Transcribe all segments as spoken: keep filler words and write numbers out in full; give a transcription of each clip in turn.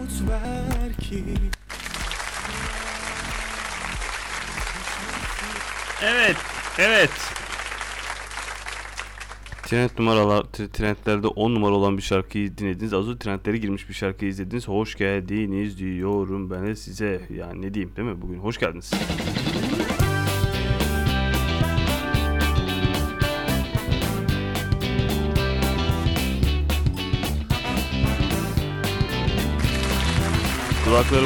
umut ver ki. Evet, evet. Trend numaralar, trendlerde on numara olan bir şarkıyı dinlediniz. Az önce trendlere girmiş bir şarkıyı izlediniz. Hoş geldiniz diyorum ben de size. Yani ne diyeyim değil mi? Bugün hoş geldiniz. Kulaklarım.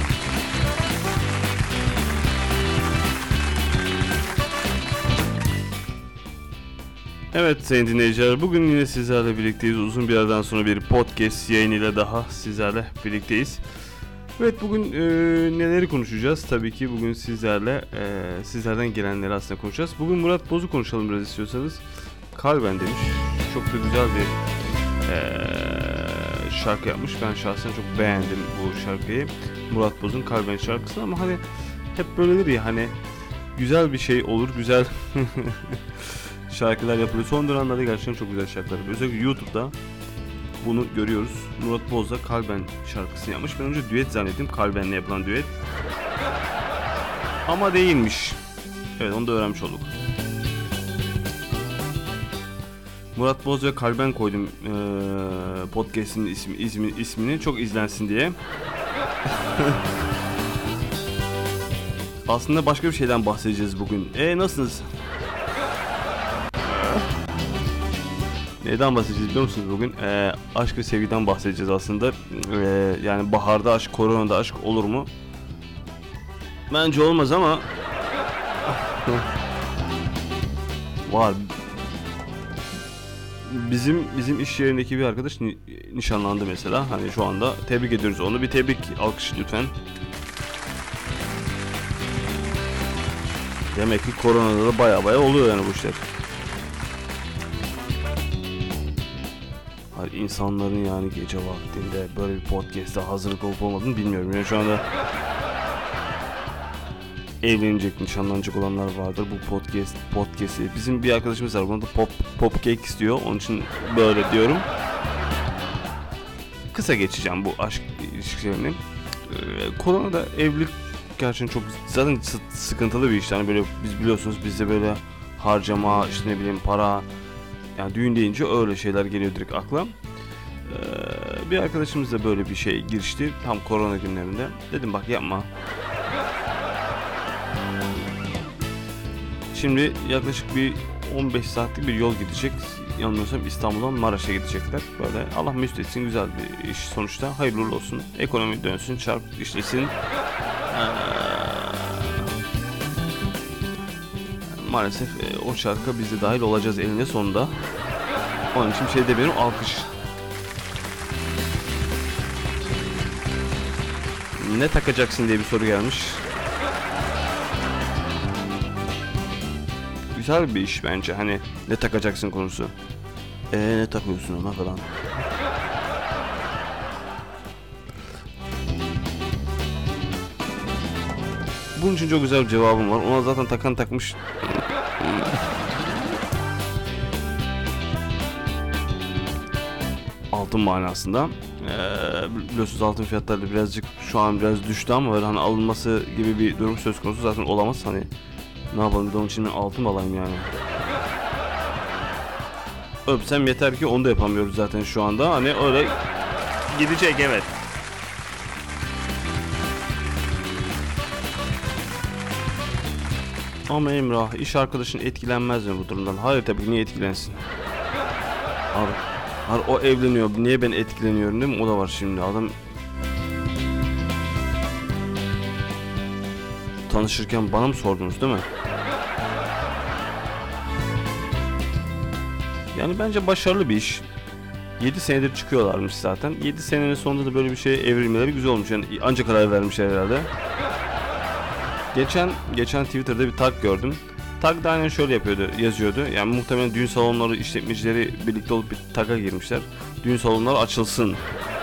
Evet sayın dinleyiciler, bugün yine sizlerle birlikteyiz. Uzun bir aradan sonra bir podcast yayınıyla daha sizlerle birlikteyiz. Evet, bugün e, neleri konuşacağız? Tabii ki bugün sizlerle e, sizlerden gelenleri aslında konuşacağız. Bugün Murat Boz'u konuşalım biraz istiyorsanız. Kalben demiş. Çok da güzel bir e, şarkı yapmış. Ben şahsen çok beğendim bu şarkıyı. Murat Boz'un Kalben şarkısını, ama hani hep böyledir ya, hani güzel bir şey olur, güzel şarkılar yapılıyor. Son dönemlerde gerçekten çok güzel şarkılar yapıyor. Özellikle YouTube'da bunu görüyoruz. Murat Boz da Kalben şarkısını yapmış. Ben önce düet zannettim. Kalben'le yapılan düet. Ama değilmiş. Evet, onu da öğrenmiş olduk. Murat Boz ve Kalben koydum ee, podcast'in ismi, ismi, ismini çok izlensin diye. Aslında başka bir şeyden bahsedeceğiz bugün. E nasılsınız? Neden bahsedeceğiz biliyor musunuz bugün? Ee, aşk ve sevgiden bahsedeceğiz aslında. Ee, yani baharda aşk, koronada aşk olur mu? Bence olmaz ama var. Bizim bizim iş yerindeki bir arkadaş ni- nişanlandı mesela. Hani şu anda tebrik ediyoruz onu. Bir tebrik alkış lütfen. Demek ki koronada da baya baya oluyor yani bu işler. İnsanların yani gece vaktinde böyle bir podcast'a hazırlık olup olmadığını bilmiyorum. Yani şu anda evlenecek, nişanlanacak olanlar vardır. Bu podcast podcast'i. Bizim bir arkadaşımız var. Buna da pop pop cake istiyor. Onun için böyle diyorum. Kısa geçeceğim bu aşk ilişkilerini. Ee, koronada evlilik gerçekten çok zaten sıkıntılı bir iş. Yani böyle biz biliyorsunuz bizde böyle harcama, işte ne bileyim para, yani düğün deyince öyle şeyler geliyor direkt akla. Ee, bir arkadaşımız da böyle bir şey girişti tam korona günlerinde. Dedim bak yapma. Şimdi yaklaşık bir on beş saatlik bir yol gidecek. Yanılmıyorsam İstanbul'dan Maraş'a gidecekler. Böyle Allah mesut etsin, güzel bir iş sonuçta. Hayırlı uğurlu olsun. Ekonomi dönsün, çarp işlesin. Ee, maalesef e, o çarka biz de dahil olacağız eline sonunda. Onun için bir şey demiyorum, alkış. Ne takacaksın diye bir soru gelmiş. Güzel bir iş bence, hani ne takacaksın konusu. Eee ne takıyorsun ona falan. Bunun için çok güzel bir cevabım var. Ona zaten takan takmış. Altın manasında. Ee, biliyorsunuz altın fiyatları da birazcık şu an biraz düştü, ama böyle hani alınması gibi bir durum söz konusu zaten olamaz. Hani ne yapalım, bir de onun için ben altın alayım yani. Öpsem yeter ki, onu da yapamıyoruz zaten şu anda. Hani öyle gidecek, evet. Ama Emrah, iş arkadaşın etkilenmez mi bu durumdan? Hayır tabii ki, niye etkilensin? Abi, abi o evleniyor, niye ben etkileniyorum değil mi? O da var şimdi, adam tanışırken bana mı sordunuz değil mi? Yani bence başarılı bir iş. yedi senedir çıkıyorlarmış zaten. yedi senenin sonunda da böyle bir şeye evrilmeleri güzel olmuş. Yani ancak karar vermişler herhalde. Geçen geçen Twitter'da bir tag gördüm. Tag da aynen şöyle yapıyordu, yazıyordu. Yani muhtemelen düğün salonları işletmecileri birlikte olup bir tag'a girmişler. Düğün salonları açılsın.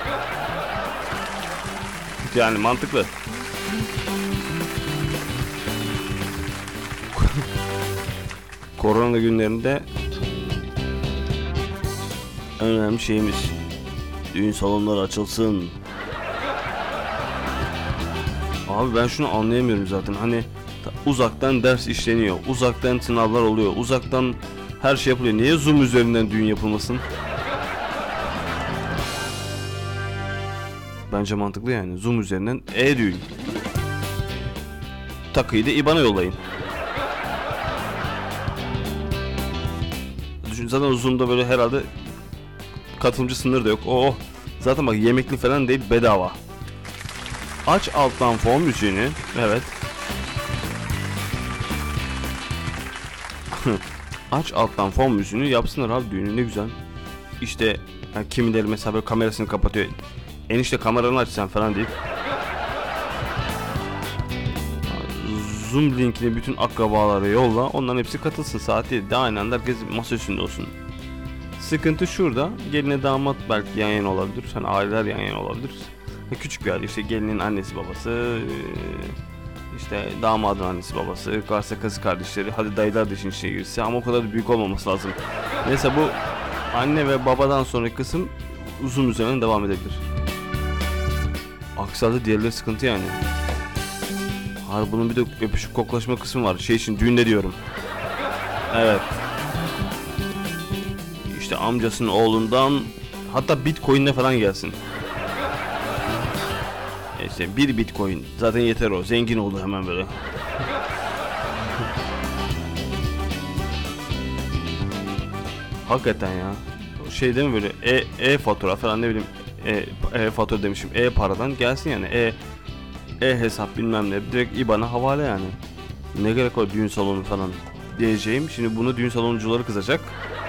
Yani mantıklı. Korona günlerinde en önemli şeyimiz düğün salonları açılsın. Abi ben şunu anlayamıyorum zaten. Hani uzaktan ders işleniyor. Uzaktan sınavlar oluyor. Uzaktan her şey yapılıyor. Niye Zoom üzerinden düğün yapılmasın? Bence mantıklı yani. Zoom üzerinden e-düğün. Takıyı da IBAN'a yollayın. Düşün, zaten Zoom'da böyle herhalde katılımcı sınırı da yok. Oh. Zaten bak yemekli falan değil, bedava. Aç alttan fon müziğini. Evet. Aç alttan fon müziğini yapsınlar abi, düğünü ne güzel. İşte yani kimileri mesela böyle kamerasını kapatıyor. Enişte kameranı aç sen falan deyip Zoom linkini bütün akrabalara yolla. Onların hepsi katılsın. Saat yedide aynı anda herkes masa üstünde olsun. Sıkıntı şurada. Geline damat belki yan yana olabilir. Hani aileler yan yana olabilir. Küçük bir aile, işte gelinin annesi babası, işte damadın annesi babası, varsa kız kardeşleri, hadi dayılar da işin içine girse, ama o kadar da büyük olmaması lazım. Neyse, bu anne ve babadan sonraki kısım uzun üzerinden devam edebilir. Aksi halde diğerleri sıkıntı yani. Hayır, bunun bir de öpüşüp koklaşma kısmı var. Şey için, düğünde diyorum. Evet. İşte amcasının oğlundan, hatta Bitcoin'le falan gelsin. İşte bir Bitcoin zaten yeter, o zengin oldu hemen böyle. Hakikaten ya. Şey değil mi böyle e, e-fatura falan, ne bileyim, e, e-fatura demişim, e-paradan gelsin yani, e e-hesap bilmem ne, direkt IBAN'a havale yani. Ne gerek var düğün salonu falan diyeceğim. Şimdi bunu düğün saloncuları kızacak.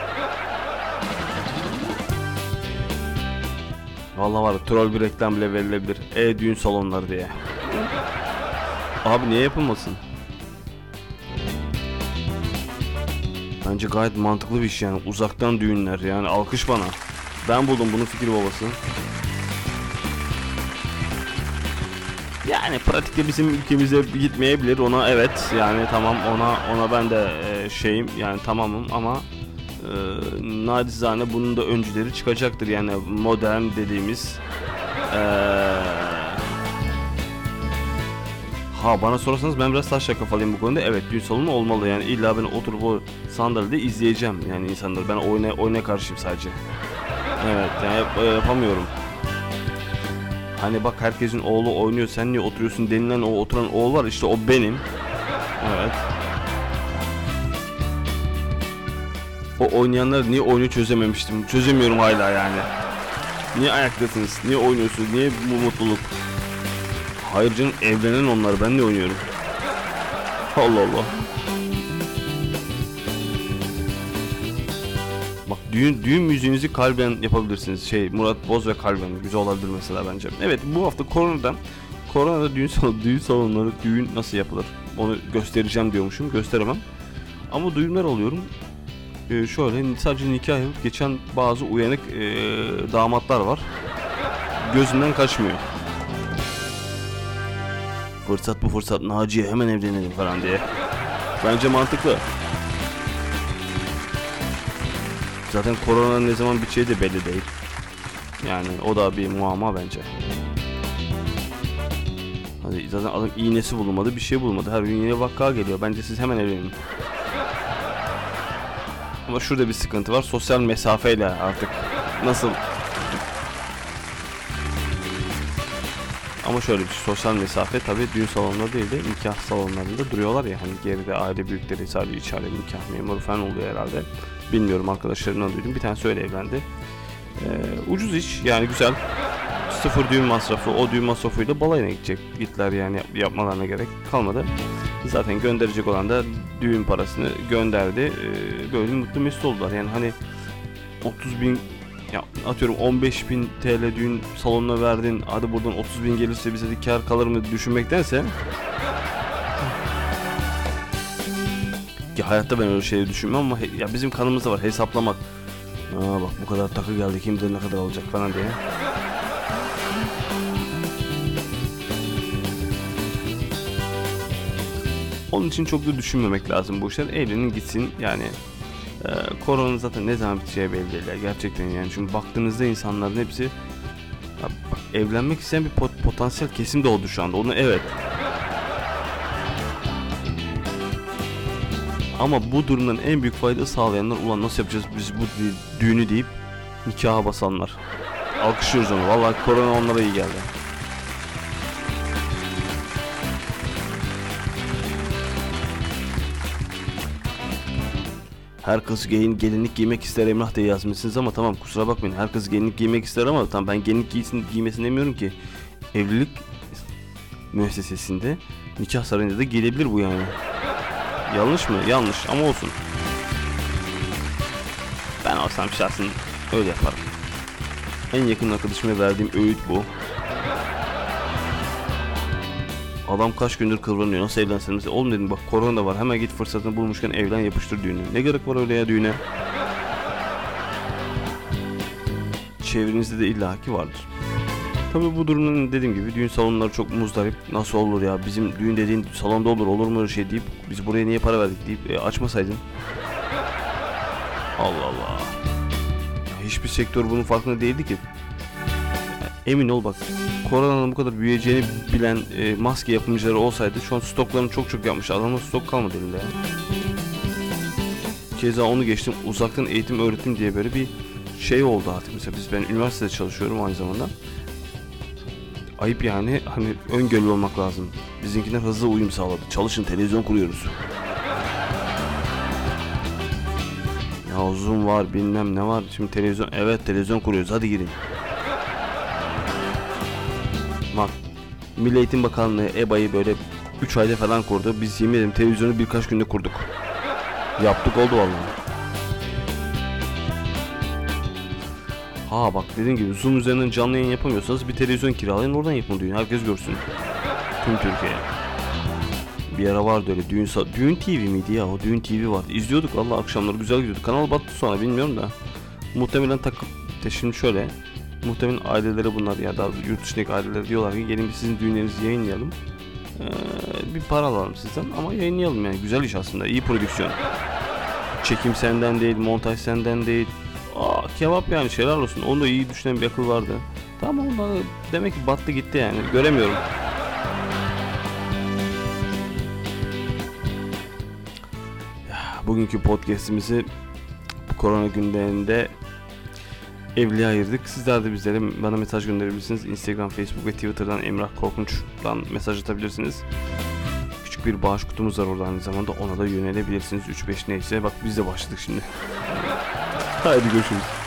Vallahi var, troll bir reklam bile verilebilir. E-düğün salonları diye. Abi niye yapılmasın? Bence gayet mantıklı bir iş yani. Uzaktan düğünler yani, alkış bana. Ben buldum bunun fikir babası. Yani pratikte bizim ülkemize gitmeyebilir, ona evet yani, tamam, ona ona ben de e, şeyim yani, tamamım, ama e, nacizane bunun da öncüleri çıkacaktır yani, modern dediğimiz. E, ha bana sorarsanız ben biraz taşla kafalıyım bu konuda. Evet, düğün salonu olmalı yani, illa ben oturup o sandalyede izleyeceğim yani insanları. Ben oyuna oyuna karşıyım sadece. Evet yani yap, yapamıyorum. Hani bak, herkesin oğlu oynuyor, sen niye oturuyorsun denilen o oturan oğul var, işte o benim. Evet. O oynayanlar niye oyunu çözememiştim. Çözemiyorum hala yani. Niye ayaktasınız? Niye oynuyorsunuz? Niye bu mutluluk? Hayır canım, evlenen onlar, ben de oynuyorum. Allah Allah. Bak, düğün düğün müziğinizi kalben yapabilirsiniz. Şey, Murat Boz ve kalben güzel olabilir mesela bence. Evet, bu hafta koronadan koronada düğün salonu, düğün salonları, düğün nasıl yapılır onu göstereceğim diyormuşum. Gösteremem. Ama duyumlar alıyorum. Ee, şöyle sadece nikah yapıp geçen bazı uyanık ee, damatlar var. Gözünden kaçmıyor. Fırsat bu fırsat, Naciye hemen evlenelim falan diye. Bence mantıklı. Zaten koronanın ne zaman biteceği de belli değil. Yani o da bir muamma bence. Hadi, zaten adam iğnesi bulunmadı, bir şey bulmadı. Her gün yine vaka geliyor. Bence siz hemen evlenin. Ama şurada bir sıkıntı var. Sosyal mesafeyle artık nasıl? Ama şöyle bir şey, sosyal mesafe tabii düğün salonunda değil de nikah salonlarında duruyorlar ya, hani geride aile büyükleri, sadece içeride nikah memuru falan oluyor herhalde. Bilmiyorum, arkadaşlarımdan duydum. Bir tanesi öyle evlendi. Ee, ucuz iş yani, güzel. Sıfır düğün masrafı, o düğün masrafıyla balayına gidecek. Gittiler yani, yapmalarına gerek kalmadı. Zaten gönderecek olan da düğün parasını gönderdi. Ee, böyle mutlu mesut oldular. Yani hani otuz bin, ya atıyorum on beş bin T L düğün salonuna verdin. Hadi buradan otuz bin gelirse bize de kar kalır mı düşünmektense. Ki hayatta ben öyle şeyleri düşünmem, ama ya bizim kanımızda var hesaplamak. Aa bak, bu kadar takı geldi, kim bilir ne kadar olacak falan diye. Onun için çok da düşünmemek lazım bu işler. Evlenin gitsin yani. Ee, korona zaten ne zaman biteceği belli değil ya, gerçekten yani. Çünkü baktığınızda insanların hepsi ya bak, evlenmek isteyen bir pot- potansiyel kesim de oldu şu anda. Onu evet. Ama bu durumdan en büyük fayda sağlayanlar, ulan nasıl yapacağız biz bu düğünü deyip nikaha basanlar. Alkışlıyoruz onu. Vallahi korona onlara iyi geldi. Her kız gelin, gelinlik giymek ister Emrah diye yazmışsınız ama tamam, kusura bakmayın. Her kız gelinlik giymek ister ama tamam, ben gelinlik giysin, giymesini demiyorum ki. Evlilik müessesesinde, nikah sarayında da gelebilir bu yani. Yanlış mı? Yanlış ama olsun. Ben olsam şahsen öyle yaparım. En yakın arkadaşıma verdiğim öğüt bu. Adam kaç gündür kıvranıyor, nasıl evlensin mesela. Oğlum dedim, bak korona da var, hemen git fırsatını bulmuşken evlen, yapıştır düğünü. Ne gerek var öyle ya düğüne? Çevrenizde de illaki vardır. Tabii bu durumdan dediğim gibi düğün salonları çok muzdarip. Nasıl olur ya, bizim düğün dediğin salonda olur, olur mu öyle şey deyip biz buraya niye para verdik deyip e, açmasaydın. Allah Allah. Ya hiçbir sektör bunun farkında değildi ki. Emin ol bak, koronanın bu kadar büyüyeceğini bilen e, maske yapımcıları olsaydı şu an stoklarını çok çok yapmış. Adamın stok kalmadı elinde ya. Keza onu geçtim, uzaktan eğitim öğretim diye böyle bir şey oldu artık. Mesela biz, ben üniversitede çalışıyorum aynı zamanda. Ayıp yani, hani öngörülü olmak lazım. Bizimkiler hızlı uyum sağladı. Çalışın, televizyon kuruyoruz. Ya Zoom var, bilmem ne var. Şimdi televizyon, evet televizyon kuruyoruz, hadi girin. Bak, Milli Eğitim Bakanlığı E B A'yı böyle üç ayda falan kurdu. Biz yemin ederim televizyonu birkaç günde kurduk. Yaptık, oldu vallahi. Ha bak, dediğim gibi Zoom üzerinden canlı yayın yapamıyorsanız bir televizyon kiralayın, oradan yapın düğün, herkes görsün. Tüm Türkiye. Bir ara vardı öyle düğün, düğün T V miydi ya, o düğün T V vardı. İzliyorduk vallahi, akşamları güzel gidiyordu. Kanal battı sonra, bilmiyorum da. Muhtemelen takıp, şimdi şöyle. Muhtemelen aileleri bunlar ya da yurt dışındaki aileleri diyorlar ki gelin biz sizin düğünlerinizi yayınlayalım. Ee, bir para alalım sizden ama yayınlayalım yani, güzel iş aslında, iyi prodüksiyon. Çekim senden değil, montaj senden değil. Aa, kebap yani, şeyler olsun. Onu da iyi düşünen bir akıl vardı. Tamam, ondan demek ki battı gitti yani, göremiyorum. Bugünkü podcast'imizi bu korona günlerinde evliye ayırdık. Sizler de bizlere, bana mesaj gönderebilirsiniz. Instagram, Facebook ve Twitter'dan Emrah Korkunç'tan mesaj atabilirsiniz. Küçük bir bağış kutumuz var orada aynı zamanda, ona da yönelebilirsiniz. üç beş neyse, bak biz de başladık şimdi. Haydi görüşürüz.